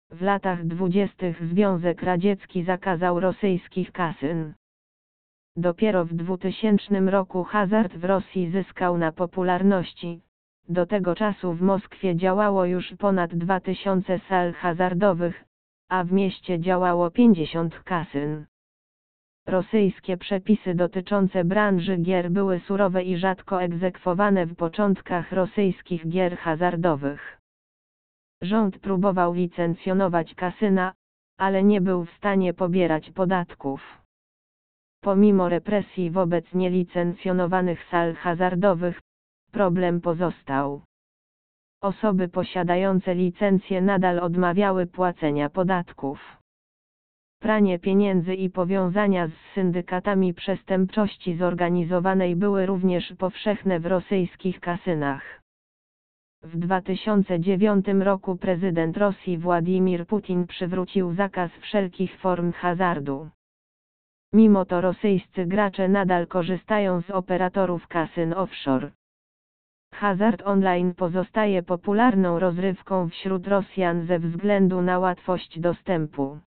W latach 20. Związek Radziecki zakazał rosyjskich kasyn. Dopiero w 2000 roku hazard w Rosji zyskał na popularności. Do tego czasu w Moskwie działało już ponad 2000 sal hazardowych, a w mieście działało 50 kasyn. Rosyjskie przepisy dotyczące branży gier były surowe i rzadko egzekwowane w początkach rosyjskich gier hazardowych. Rząd próbował licencjonować kasyna, ale nie był w stanie pobierać podatków. Pomimo represji wobec nielicencjonowanych sal hazardowych, problem pozostał. Osoby posiadające licencje nadal odmawiały płacenia podatków. Pranie pieniędzy i powiązania z syndykatami przestępczości zorganizowanej były również powszechne w rosyjskich kasynach. W 2009 roku prezydent Rosji Władimir Putin przywrócił zakaz wszelkich form hazardu. Mimo to rosyjscy gracze nadal korzystają z operatorów kasyn offshore. Hazard online pozostaje popularną rozrywką wśród Rosjan ze względu na łatwość dostępu.